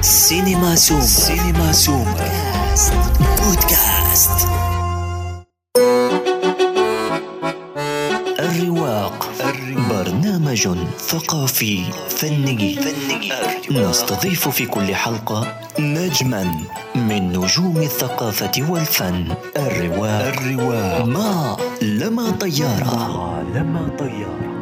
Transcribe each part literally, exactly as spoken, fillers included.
سينما سوم سينما سوم بودكاست. الرواق برنامج ثقافي فني نستضيف في كل حلقة نجما من نجوم الثقافة والفن. الرواق الرواق ما لما طيارة لما طيارة.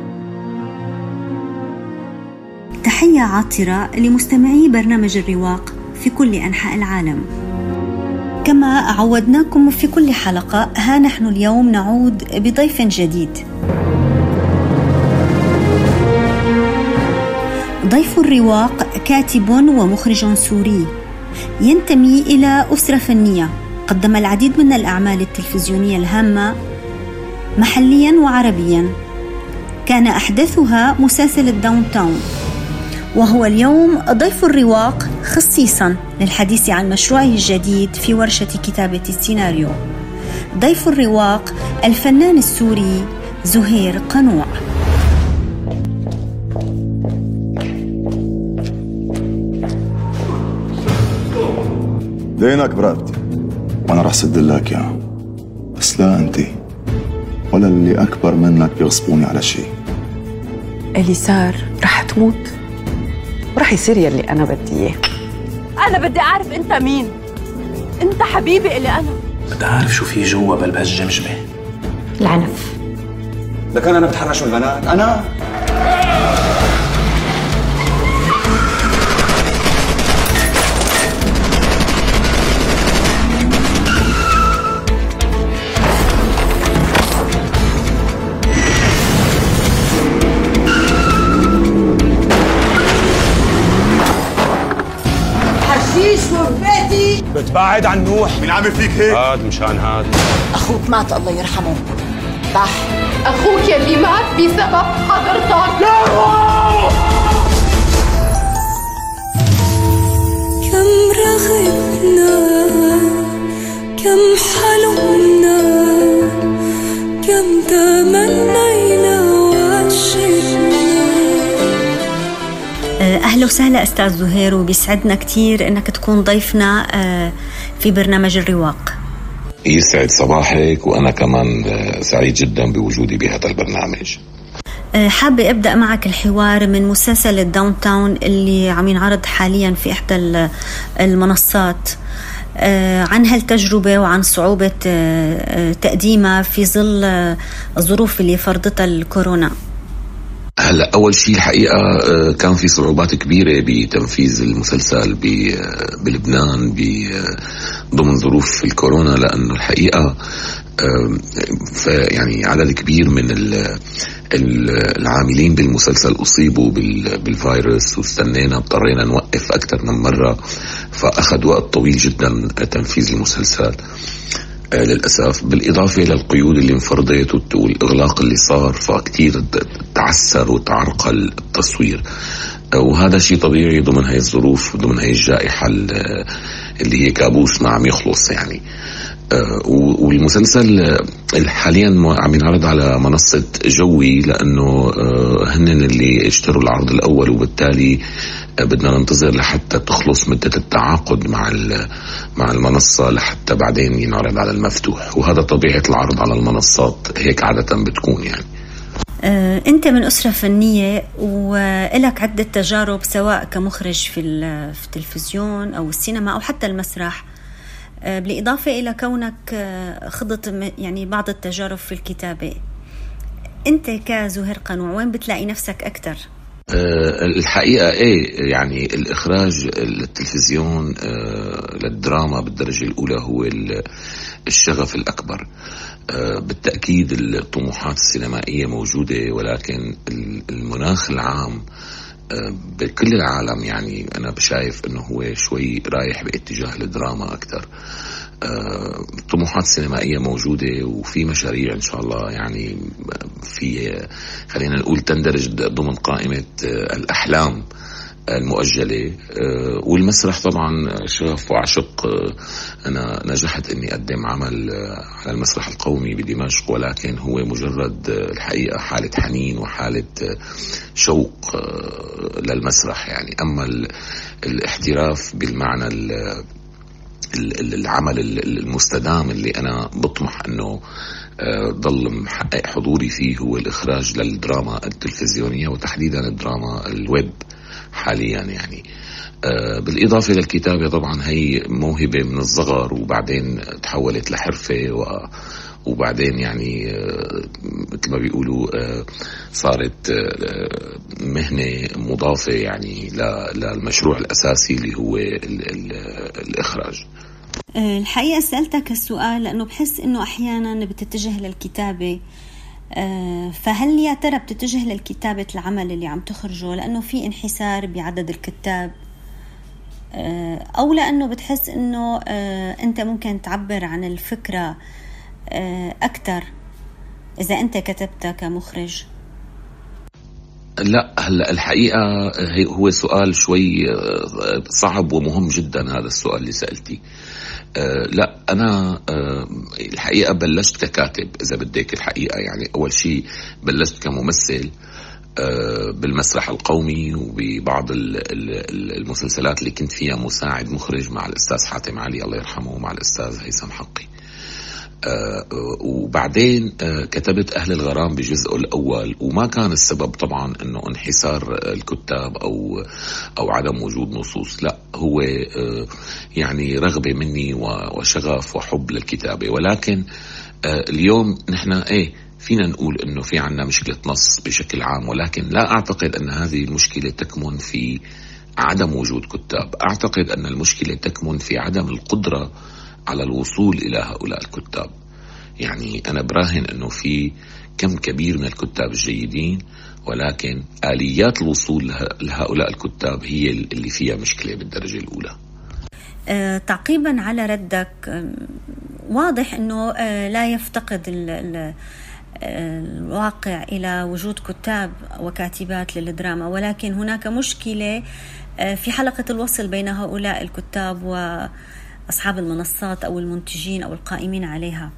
تحية عاطرة لمستمعي برنامج الرواق في كل أنحاء العالم. كما عودناكم في كل حلقة، ها نحن اليوم نعود بضيف جديد. ضيف الرواق كاتب ومخرج سوري ينتمي إلى أسرة فنية، قدم العديد من الأعمال التلفزيونية الهامة محليا وعربيا، كان أحدثها مسلسل الداون تاون، وهو اليوم ضيف الرواق خصيصا للحديث عن مشروعه الجديد في ورشة كتابة السيناريو. ضيف الرواق الفنان السوري زهير قنوع. دينك براد وانا رح سدلك يا، بس لا انت ولا اللي اكبر منك بيغصبوني على شيء. اللي صار رح تموت ورح يصير يلي انا بدي اياه. انا بدي اعرف انت مين. انت حبيبي الي انا. بدي اعرف شو في جوا بقلب هالجمجمه. العنف. لك انا بتحرش من البنات انا. بتبعد عن نوح. مين عامل فيك هيك؟ هاد مشان هاد أخوك مات الله يرحمه. بح أخوك يلي مات بسبب حضرتك. لا كم رغبنا كم حلمنا كم تمنينا وعشقنا. أهلا وسهلا أستاذ زهير، وبيسعدنا كتير أنك تكون ضيفنا في برنامج الرواق. يسعد صباحك، وأنا كمان سعيد جدا بوجودي بهذا البرنامج. حابة أبدأ معك الحوار من مسلسل الداون تاون اللي عم ينعرض حاليا في إحدى المنصات، عن هالتجربة وعن صعوبة تقديمها في ظل الظروف اللي فرضتها الكورونا. هلا اول شيء الحقيقه كان في صعوبات كبيره بتنفيذ المسلسل بلبنان ضمن ظروف الكورونا، لانه الحقيقه يعني عدد كبير من العاملين بالمسلسل اصيبوا بالفيروس، واستنينا اضطرينا نوقف اكثر من مره، فاخذ وقت طويل جدا تنفيذ المسلسل للأسف، بالإضافة للقيود اللي انفرضت والإغلاق اللي صار، فكتير تعسر وتعرقل التصوير، وهذا شيء طبيعي ضمن هاي الظروف، ضمن هاي الجائحة اللي هي كابوس ما عم يخلص يعني. والمسلسل حاليا عم ينعرض على منصة جوي، لأنه هن اللي اشتروا العرض الأول، وبالتالي بدنا ننتظر لحتى تخلص مدة التعاقد مع مع المنصة لحتى بعدين ينعرض على المفتوح، وهذا طبيعة العرض على المنصات، هيك عادة بتكون يعني. أنت من أسرة فنية ولك عدة تجارب، سواء كمخرج في التلفزيون أو السينما أو حتى المسرح، بالإضافة إلى كونك خضت يعني بعض التجارب في الكتابة. أنت كزهير قنوع وين بتلاقي نفسك أكتر؟ أه الحقيقة إيه يعني الإخراج التلفزيون أه للدراما بالدرجة الأولى هو الشغف الأكبر. أه بالتأكيد الطموحات السينمائية موجودة، ولكن المناخ العام أه بكل العالم يعني أنا بشايف أنه هو شوي رايح باتجاه الدراما أكتر. أه طموحات سينمائية موجودة، وفي مشاريع إن شاء الله يعني، في خلينا نقول تندرج ضمن قائمة أه الأحلام المؤجلة. والمسرح طبعا شغف وعشق. أنا نجحت أني أقدم عمل على المسرح القومي بدمشق، ولكن هو مجرد الحقيقة حالة حنين وحالة شوق للمسرح يعني. أما الاحتراف بالمعنى العمل المستدام اللي أنا بطمح أنه ضل محقق حضوري فيه هو الإخراج للدراما التلفزيونية، وتحديدا الدراما الويب حاليا يعني. بالإضافة للكتابة طبعا هي موهبة من الصغر، وبعدين تحولت لحرفة، وبعدين يعني مثل ما بيقولوا صارت مهنة مضافة يعني للمشروع الأساسي اللي هو الإخراج. الحقيقة سألتك السؤال لأنه بحس إنه أحيانا بتتجه للكتابة، فهل يا ترى بتتجه للكتابة العمل اللي عم تخرجه لأنه في انحسار بعدد الكتاب، أو لأنه بتحس إنه أنت ممكن تعبر عن الفكرة أكتر إذا أنت كتبتها كمخرج؟ لا، هلا الحقيقة هو سؤال شوي صعب ومهم جدا هذا السؤال اللي سألتي. أه لا أنا أه الحقيقة بلشت ككاتب إذا بدك الحقيقة يعني. أول شيء بلشت كممثل أه بالمسرح القومي وببعض المسلسلات اللي كنت فيها مساعد مخرج مع الأستاذ حاتم علي الله يرحمه ومع الأستاذ هيثم حقي. أه وبعدين أه كتبت أهل الغرام بجزء الأول، وما كان السبب طبعا أنه انحسار الكتاب أو أو عدم وجود نصوص، لا هو أه يعني رغبة مني وشغف وحب للكتابة. ولكن أه اليوم نحن إيه فينا نقول أنه في عنا مشكلة نص بشكل عام، ولكن لا أعتقد أن هذه المشكلة تكمن في عدم وجود كتاب. أعتقد أن المشكلة تكمن في عدم القدرة على الوصول إلى هؤلاء الكتاب. يعني أنا براهن أنه في كم كبير من الكتاب الجيدين، ولكن آليات الوصول لهؤلاء الكتاب هي اللي فيها مشكلة بالدرجة الأولى. أه تعقيبا على ردك، أه واضح أنه أه لا يفتقد ال ال الواقع إلى وجود كتاب وكاتبات للدراما، ولكن هناك مشكلة أه في حلقة الوصل بين هؤلاء الكتاب و أصحاب المنصات أو المنتجين أو القائمين عليها.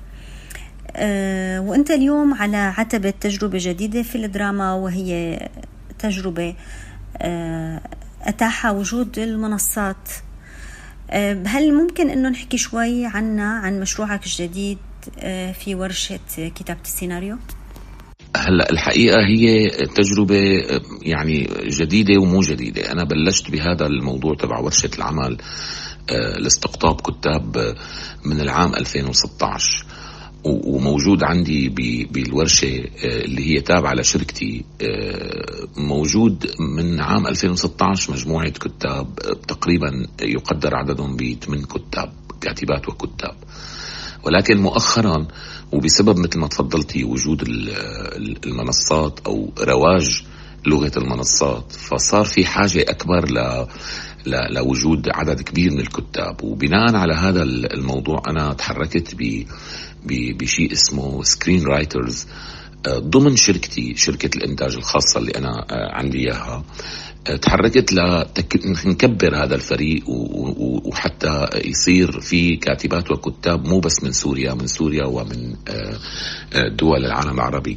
أه وأنت اليوم على عتبة تجربة جديدة في الدراما، وهي تجربة أه أتاحها وجود المنصات. أه هل ممكن أنه نحكي شوي عنا عن مشروعك الجديد أه في ورشة كتابة السيناريو؟ هلا الحقيقة هي تجربة يعني جديدة ومو جديدة. أنا بلشت بهذا الموضوع تبع ورشة العمل لاستقطاب كتاب من العام ألفين وستة عشر، وموجود عندي بالورشة اللي هي تابعة لشركتي. موجود من عام ألفين وستة عشر مجموعة كتاب تقريبا يقدر عددهم بثمان كتاب، كاتبات وكتاب. ولكن مؤخرا وبسبب مثل ما تفضلتي وجود المنصات أو رواج لغة المنصات، فصار في حاجة أكبر ل لوجود عدد كبير من الكتاب. وبناء على هذا الموضوع أنا تحركت بشيء اسمه سكرين رايترز ضمن شركتي، شركة الإنتاج الخاصة اللي أنا عندي إياها. تحركت لنكبر هذا الفريق وحتى يصير في كاتبات وكتاب مو بس من سوريا، من سوريا ومن دول العالم العربي.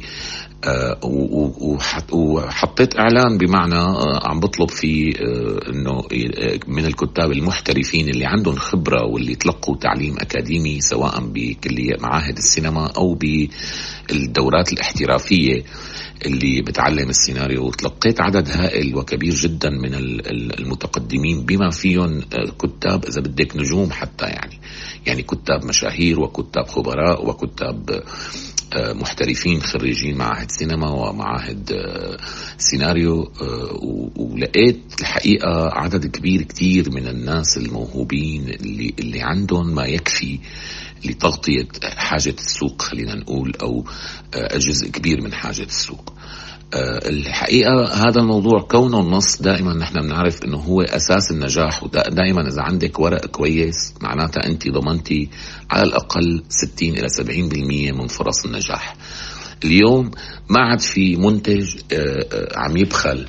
وحطيت إعلان بمعنى عم بطلب فيه إنه من الكتاب المحترفين اللي عندهم خبرة واللي تلقوا تعليم أكاديمي سواء بكلية معاهد السينما أو بالدورات الاحترافية اللي بتعلم السيناريو. وتلقيت عدد هائل وكبير جدا من المتقدمين بما فيهم كتاب إذا بدك نجوم حتى، يعني يعني كتاب مشاهير وكتاب خبراء وكتاب محترفين خريجين معاهد سينما ومعاهد سيناريو. ولقيت الحقيقة عدد كبير كتير من الناس الموهوبين اللي, اللي عندهم ما يكفي لتغطية حاجة السوق، خلينا نقول، أو جزء كبير من حاجة السوق. الحقيقة هذا الموضوع كونه النص دائما نحن بنعرف انه هو اساس النجاح، ودائما اذا عندك ورق كويس معناتها انت ضمنتي على الاقل ستين الى سبعين بالمية من فرص النجاح. اليوم ما عاد في منتج عم يبخل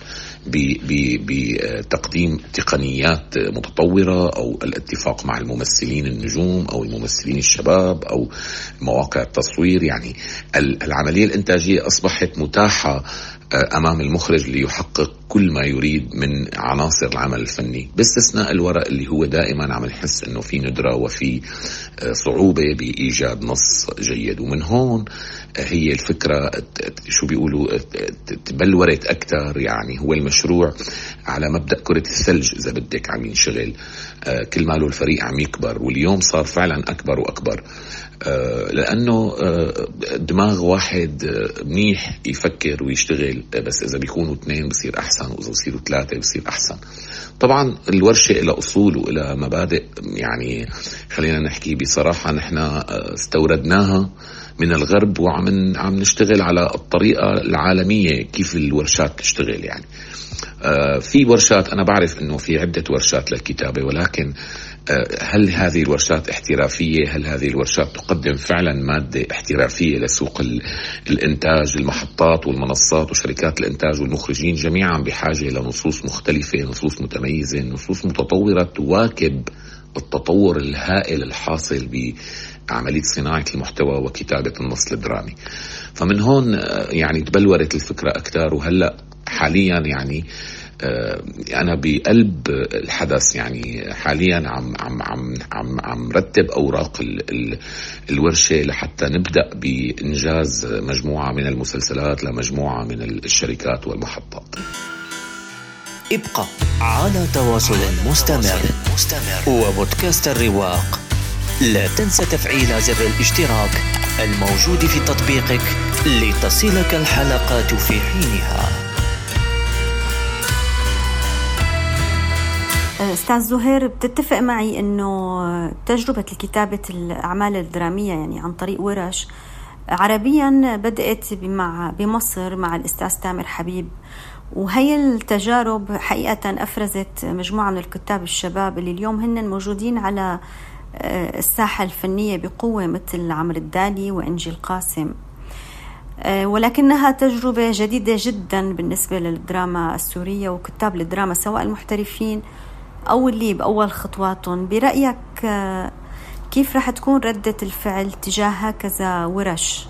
بتقديم تقنيات متطورة أو الاتفاق مع الممثلين النجوم أو الممثلين الشباب أو مواقع التصوير. يعني العملية الإنتاجية أصبحت متاحة أمام المخرج ليحقق كل ما يريد من عناصر العمل الفني، باستثناء الورق اللي هو دائما عم نحس أنه في ندرة وفي صعوبة بإيجاد نص جيد. ومن هون هي الفكرة شو بيقولوا تبلورت أكتر. يعني هو المشروع على مبدأ كرة الثلج إذا بدك عم ينشغل، كل ما له الفريق عم يكبر، واليوم صار فعلا أكبر وأكبر لأنه دماغ واحد منيح يفكر ويشتغل، بس إذا بيكونوا اثنين بصير أحسن، وإذا بصيروا ثلاثة بصير أحسن. طبعا الورشة إلى أصول وإلى مبادئ، يعني خلينا نحكي بصراحة نحن استوردناها من الغرب وعم عم نشتغل على الطريقة العالمية كيف الورشات تشتغل. يعني في ورشات أنا بعرف أنه في عدة ورشات للكتابة، ولكن هل هذه الورشات احترافية؟ هل هذه الورشات تقدم فعلا مادة احترافية لسوق الإنتاج؟ المحطات والمنصات وشركات الإنتاج والمخرجين جميعا بحاجة لنصوص مختلفة، نصوص متميزة، نصوص متطورة تواكب التطور الهائل الحاصل بعملية صناعة المحتوى وكتابة النص الدرامي. فمن هون يعني تبلورت الفكرة أكثر، وهلأ حاليا يعني أنا بقلب الحدث. يعني حاليا عم عم عم عم عم رتب أوراق ال ال الورشة لحتى نبدأ بإنجاز مجموعة من المسلسلات لمجموعة من الشركات والمحطات. ابقى على تواصل مستمر وبودكاست الرواق. لا تنسى تفعيل زر الاشتراك الموجود في تطبيقك لتصلك الحلقات في حينها. أستاذ زهير، بتتفق معي أنه تجربة الكتابة الأعمال الدرامية يعني عن طريق ورش عربيا بدأت مع بمصر مع الأستاذ تامر حبيب، وهي التجارب حقيقة أفرزت مجموعة من الكتاب الشباب اللي اليوم هن موجودين على الساحة الفنية بقوة، مثل عمرو الدالي وإنجي القاسم. ولكنها تجربة جديدة جدا بالنسبة للدراما السورية وكتاب الدراما سواء المحترفين أو اللي بأول خطواتهم. برأيك كيف رح تكون ردة الفعل تجاه هكذا ورش؟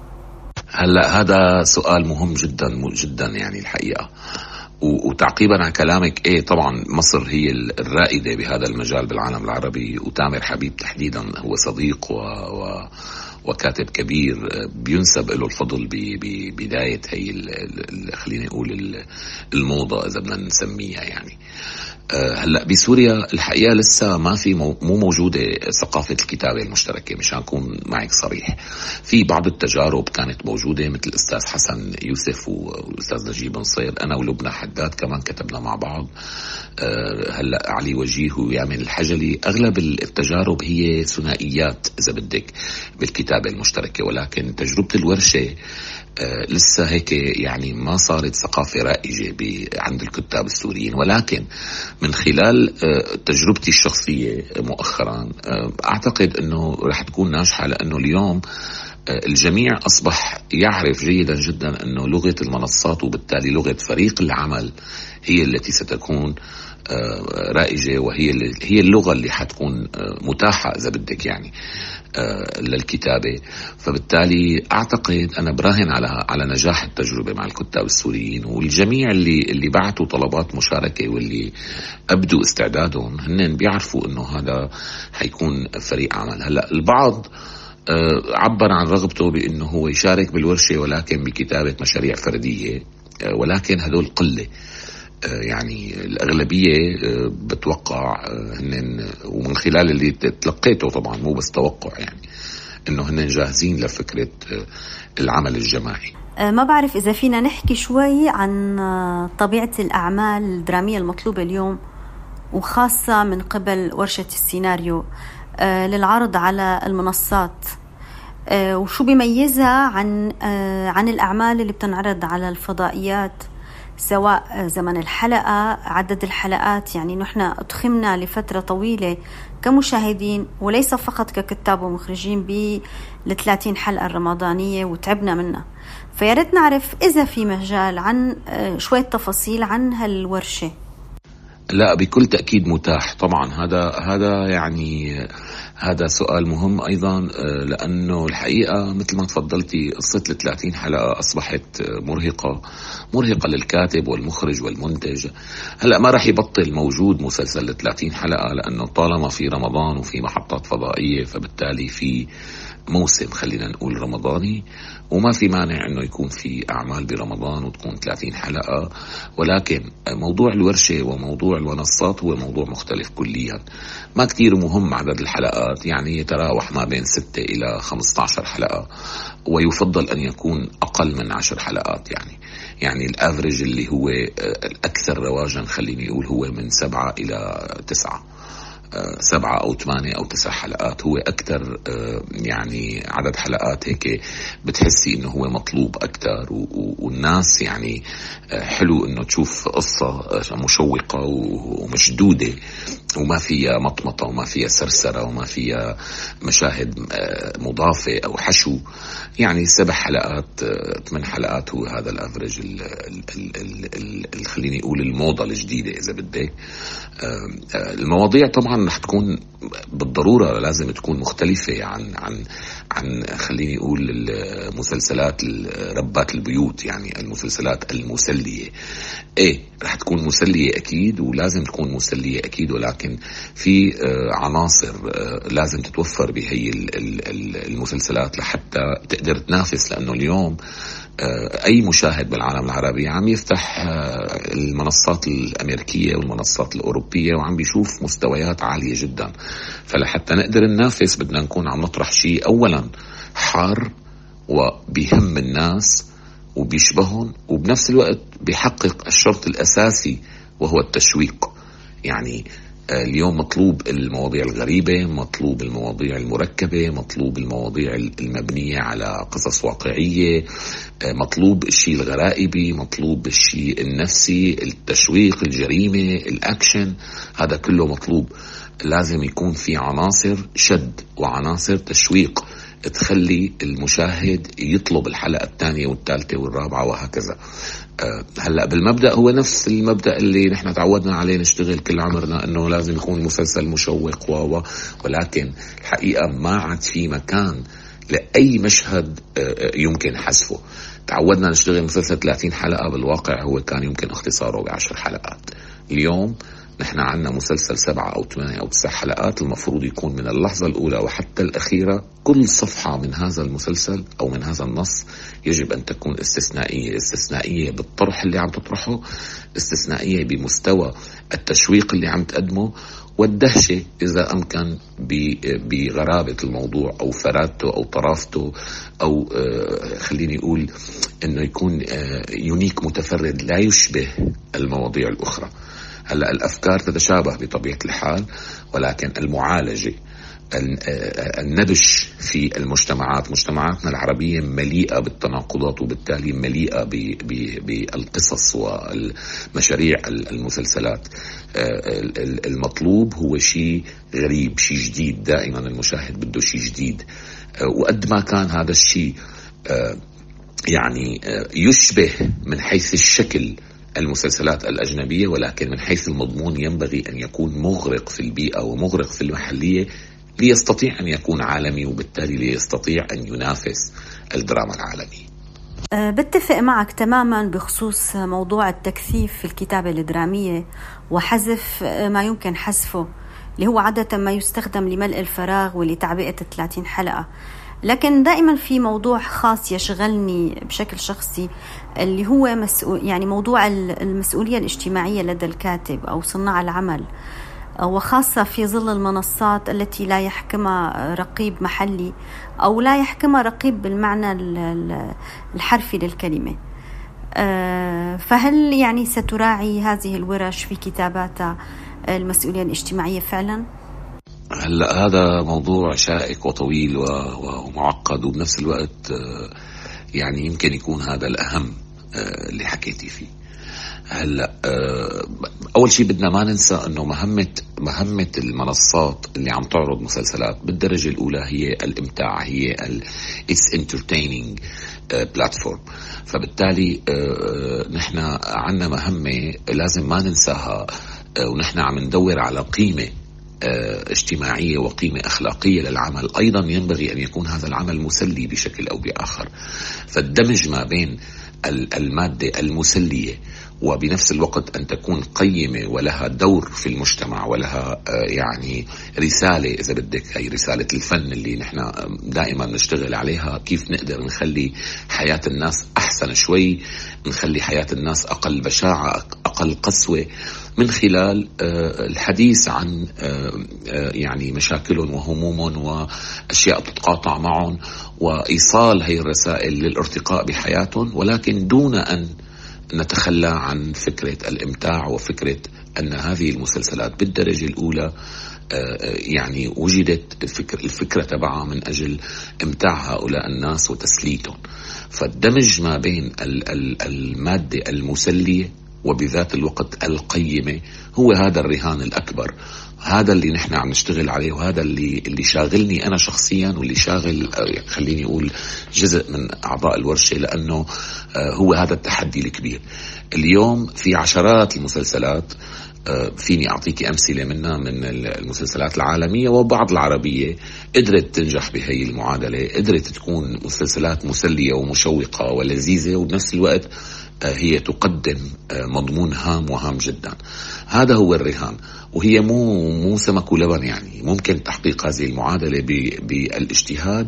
هلا هذا سؤال مهم جدا جدا يعني الحقيقة. وتعقيبا على كلامك، ايه طبعا مصر هي الرائدة بهذا المجال بالعالم العربي، وتامر حبيب تحديدا هو صديق و, و وكاتب كبير بينسب له الفضل ببداية هي خلينا نقول الموضة إذا بدنا نسميها. يعني هلأ بسوريا الحقيقة لسه ما في مو موجودة ثقافة الكتابة المشتركة، مشان أكون معك صريح. في بعض التجارب كانت موجودة مثل الأستاذ حسن يوسف والأستاذ نجيب نصير، أنا ولبنى حداد كمان كتبنا مع بعض. هلأ علي وجيه ويامن الحجلي. أغلب التجارب هي ثنائيات إذا بدك بالكتابة المشتركة، ولكن تجربة الورشة آه لسه هيك يعني ما صارت ثقافة رائجة عند الكتاب السوريين. ولكن من خلال آه تجربتي الشخصية مؤخرا آه أعتقد أنه رح تكون ناجحة، لأنه اليوم آه الجميع أصبح يعرف جيدا جدا أنه لغة المنصات وبالتالي لغة فريق العمل هي التي ستكون رائجة، وهي هي اللغة اللي حتكون متاحة إذا بدك يعني للكتابة. فبالتالي أعتقد أنا براهن على على نجاح التجربة مع الكتاب السوريين، والجميع اللي اللي بعتوا طلبات مشاركة واللي أبدوا استعدادهم هن بيعرفوا إنه هذا حيكون فريق عمل. هلا البعض عبر عن رغبته بأنه هو يشارك بالورشة ولكن بكتابة مشاريع فردية، ولكن هذول قلة. يعني الأغلبية بتوقع هن، ومن خلال اللي تلقيته طبعا مو بس توقع، يعني إنه هن جاهزين لفكرة العمل الجماعي. ما بعرف إذا فينا نحكي شوي عن طبيعة الأعمال الدرامية المطلوبة اليوم، وخاصة من قبل ورشة السيناريو للعرض على المنصات، وشو بيميزها عن عن الأعمال اللي بتنعرض على الفضائيات سواء زمن الحلقة، عدد الحلقات. يعني نحن أضخمنا لفترة طويلة كمشاهدين وليس فقط ككتاب ومخرجين بالثلاثين حلقة الرمضانية وتعبنا منها. فياريت نعرف إذا في مجال عن شوية تفاصيل عن هالورشة. لا بكل تأكيد متاح طبعا. هذا هذا يعني هذا سؤال مهم أيضا، لأنه الحقيقة مثل ما تفضلتي قصة الثلاثين حلقة أصبحت مرهقة مرهقة للكاتب والمخرج والمنتج. هلأ ما رح يبطل موجود مسلسل ثلاثين حلقة، لأنه طالما في رمضان وفي محطات فضائية فبالتالي في موسم خلينا نقول رمضاني، وما في مانع انه يكون في اعمال برمضان وتكون ثلاثين حلقة. ولكن موضوع الورشة وموضوع المنصات هو موضوع مختلف كليا. ما كتير مهم عدد الحلقات، يعني يتراوح ما بين ستة الى خمسة عشر حلقة، ويفضل ان يكون اقل من عشر حلقات. يعني يعني الافريج اللي هو الاكثر رواجا خليني اقول هو من سبعة الى تسعة سبعة أو ثمانية أو تسع حلقات هو أكتر. يعني عدد حلقات هيك بتحسي إنه هو مطلوب أكتر، والناس يعني حلو إنه تشوف قصة مشوقة ومشدودة وما فيها مطمطة وما فيها سرسرة وما فيها مشاهد مضافة أو حشو. يعني سبع حلقات ثمان حلقات هو هذا الأفريج اللي خليني أقول الموضة الجديدة إذا بدك. المواضيع طبعا رح تكون بالضرورة لازم تكون مختلفة عن عن عن خليني أقول المسلسلات ربات البيوت، يعني المسلسلات المسلية. إيه رح تكون مسلية أكيد ولازم تكون مسلية أكيد، ولكن في عناصر لازم تتوفر بهي المسلسلات لحتى تقدر تنافس. لأنه اليوم أي مشاهد بالعالم العربي عم يفتح المنصات الأمريكية والمنصات الأوروبية وعم بيشوف مستويات عالية جدا. فلحتى نقدر ننافس بدنا نكون عم نطرح شيء أولا حار وبيهم الناس وبيشبههم، وبنفس الوقت بيحقق الشرط الأساسي وهو التشويق. يعني اليوم مطلوب المواضيع الغريبة، مطلوب المواضيع المركبة، مطلوب المواضيع المبنية على قصص واقعية، مطلوب الشيء الغرائبي، مطلوب الشيء النفسي، التشويق، الجريمة، الأكشن. هذا كله مطلوب. لازم يكون في عناصر شد وعناصر تشويق تخلي المشاهد يطلب الحلقة الثانية والثالثة والرابعة وهكذا. أه هلأ بالمبدأ هو نفس المبدأ اللي نحن تعودنا عليه نشتغل كل عمرنا، انه لازم يكون مسلسل مشوق و ولكن الحقيقة ما عاد في مكان لأي مشهد أه يمكن حذفه. تعودنا نشتغل مسلسل ثلاثين حلقة، بالواقع هو كان يمكن اختصاره بعشر حلقات. اليوم نحن عنا مسلسل سبعة أو ثمانية أو تسع حلقات، المفروض يكون من اللحظة الأولى وحتى الأخيرة كل صفحة من هذا المسلسل أو من هذا النص يجب أن تكون استثنائية. استثنائية بالطرح اللي عم تطرحه، استثنائية بمستوى التشويق اللي عم تقدمه، والدهشة إذا أمكن بغرابة الموضوع أو فرادته أو طرافته، أو خليني أقول أنه يكون يونيك متفرد لا يشبه المواضيع الأخرى. هلأ الأفكار تتشابه بطبيعة الحال، ولكن المعالجة النبش في المجتمعات، مجتمعاتنا العربية مليئة بالتناقضات وبالتالي مليئة بالقصص والمشاريع المسلسلات. المطلوب هو شيء غريب، شيء جديد. دائما المشاهد بده شيء جديد، وقد ما كان هذا الشيء يعني يشبه من حيث الشكل المسلسلات الأجنبية، ولكن من حيث المضمون ينبغي أن يكون مغرق في البيئة ومغرق في المحلية ليستطيع أن يكون عالمي، وبالتالي ليستطيع أن ينافس الدراما العالمية. بتفق معك تماما بخصوص موضوع التكثيف في الكتابة الدرامية وحذف ما يمكن حذفه، اللي هو عادة ما يستخدم لملء الفراغ ولتعبئة ثلاثين حلقة. لكن دائما في موضوع خاص يشغلني بشكل شخصي، اللي هو مسؤول يعني موضوع المسؤولية الاجتماعية لدى الكاتب أو صناع العمل، وخاصة في ظل المنصات التي لا يحكمها رقيب محلي أو لا يحكمها رقيب بالمعنى الحرفي للكلمة. فهل يعني ستراعي هذه الورش في كتاباتها المسؤولية الاجتماعية فعلا؟ هلا هذا موضوع شائك وطويل ومعقد، وبنفس الوقت يعني يمكن يكون هذا الأهم اللي حكيتي فيه. هلا اول شيء بدنا ما ننسى انه مهمه مهمه المنصات اللي عم تعرض مسلسلات بالدرجه الاولى هي الامتاع، هي اتس انترتيننج بلاتفورم. فبالتالي نحن عنا مهمه لازم ما ننساها، ونحن عم ندور على قيمه اجتماعية وقيمة أخلاقية للعمل. أيضا ينبغي أن يكون هذا العمل مسلي بشكل أو بآخر. فالدمج ما بين المادة المسلية وبنفس الوقت أن تكون قيمة ولها دور في المجتمع ولها يعني رسالة، إذا بدك هي رسالة الفن اللي نحن دائما نشتغل عليها، كيف نقدر نخلي حياة الناس أحسن شوي، نخلي حياة الناس أقل بشاعة أقل قسوة، من خلال الحديث عن يعني مشاكلهم وهمومهم وأشياء تتقاطع معهم، وإيصال هي الرسائل للارتقاء بحياتهم، ولكن دون أن نتخلى عن فكرة الإمتاع وفكرة أن هذه المسلسلات بالدرجة الأولى يعني وجدت الفكرة, الفكرة تبعها من أجل إمتاع هؤلاء الناس وتسليتهم. فالدمج ما بين المادة المسلية وبذات الوقت القيمة هو هذا الرهان الأكبر، هذا اللي نحن عم نشتغل عليه، وهذا اللي اللي شاغلني أنا شخصيا، واللي شاغل خليني أقول جزء من أعضاء الورشة، لأنه هو هذا التحدي الكبير. اليوم في عشرات المسلسلات، فيني أعطيك أمثلة منها من المسلسلات العالمية وبعض العربية قدرت تنجح بهي المعادلة، قدرت تكون مسلسلات مسلية ومشوقة ولذيذة، وبنفس الوقت هي تقدم مضمون هام وهام جدا. هذا هو الرهان، وهي مو مو سمك ولبن، يعني ممكن تحقيق هذه المعادلة بالاجتهاد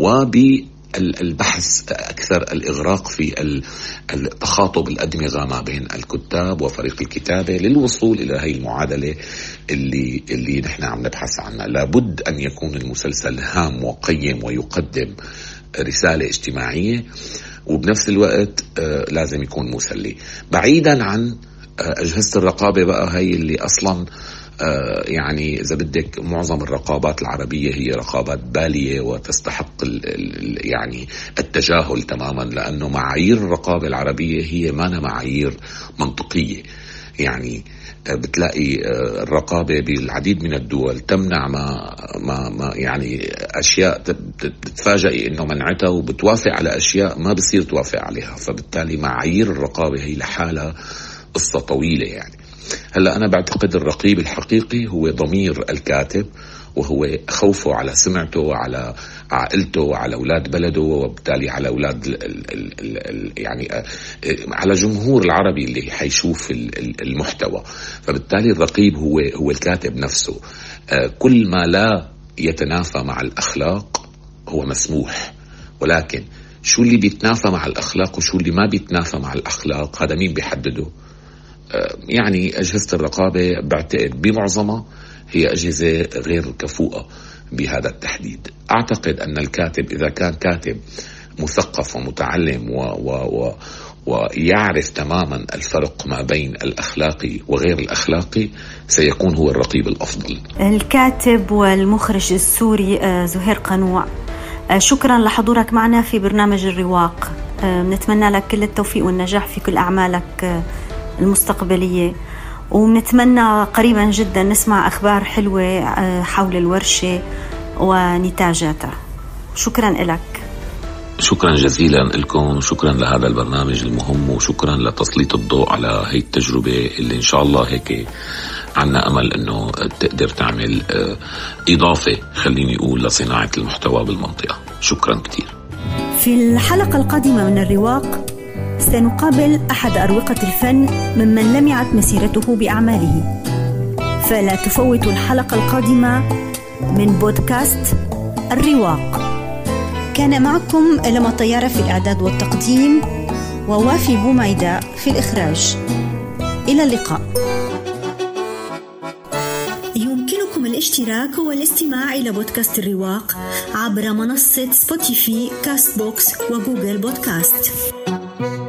وبالبحث أكثر، الإغراق في التخاطب الأدمغة ما بين الكتاب وفريق الكتابة للوصول إلى هذه المعادلة اللي اللي نحن عم نبحث عنها. لابد أن يكون المسلسل هام وقيم ويقدم رسالة اجتماعية، وبنفس الوقت آه لازم يكون مسلي، بعيدا عن آه أجهزة الرقابة بقى، هاي اللي أصلا آه يعني إذا بدك معظم الرقابات العربية هي رقابات بالية وتستحق ال ال يعني التجاهل تماما، لأنه معايير الرقابة العربية هي ما معايير منطقية. يعني بتلاقي الرقابة بالعديد من الدول تمنع ما ما ما يعني أشياء بتتفاجئي إنه منعتها، وبتوافق على أشياء ما بصير توافق عليها. فبالتالي معايير الرقابة هي لحالها قصة طويلة. يعني هلا أنا بعتقد الرقيب الحقيقي هو ضمير الكاتب، وهو خوفه على سمعته وعلى عائلته وعلى أولاد بلده، وبالتالي على أولاد ال ال ال ال يعني على جمهور العربي اللي حيشوف المحتوى. فبالتالي الرقيب هو هو الكاتب نفسه. كل ما لا يتنافى مع الأخلاق هو مسموح، ولكن شو اللي بيتنافى مع الأخلاق وشو اللي ما بيتنافى مع الأخلاق هذا مين بيحدده؟ يعني أجهزة الرقابة بعتقد بمعظمها هي أجهزة غير كفؤة بهذا التحديد. أعتقد أن الكاتب إذا كان كاتب مثقف ومتعلم و و و ويعرف تماما الفرق ما بين الأخلاقي وغير الأخلاقي سيكون هو الرقيب الأفضل. الكاتب والمخرج السوري زهير قنوع، شكرا لحضورك معنا في برنامج الرواق. نتمنى لك كل التوفيق والنجاح في كل أعمالك المستقبلية، ونتمنى قريبا جدا نسمع أخبار حلوة حول الورشة ونتاجاتها. شكرا لك. شكرا جزيلا لكم، وشكرا لهذا البرنامج المهم، وشكرا لتسليط الضوء على هي التجربة اللي إن شاء الله هيك عنا أمل أنه تقدر تعمل إضافة خليني أقول لصناعة المحتوى بالمنطقة. شكرا كتير. في الحلقة القادمة من الرواق سنقابل أحد أروقة الفن ممن لمعت مسيرته بأعماله، فلا تفوتوا الحلقة القادمة من بودكاست الرواق. كان معكم لما طيارة في الإعداد والتقديم، ووافي بوميدة في الإخراج. إلى اللقاء. يمكنكم الاشتراك والاستماع إلى بودكاست الرواق عبر منصة سبوتيفاي، كاست بوكس وجوجل بودكاست.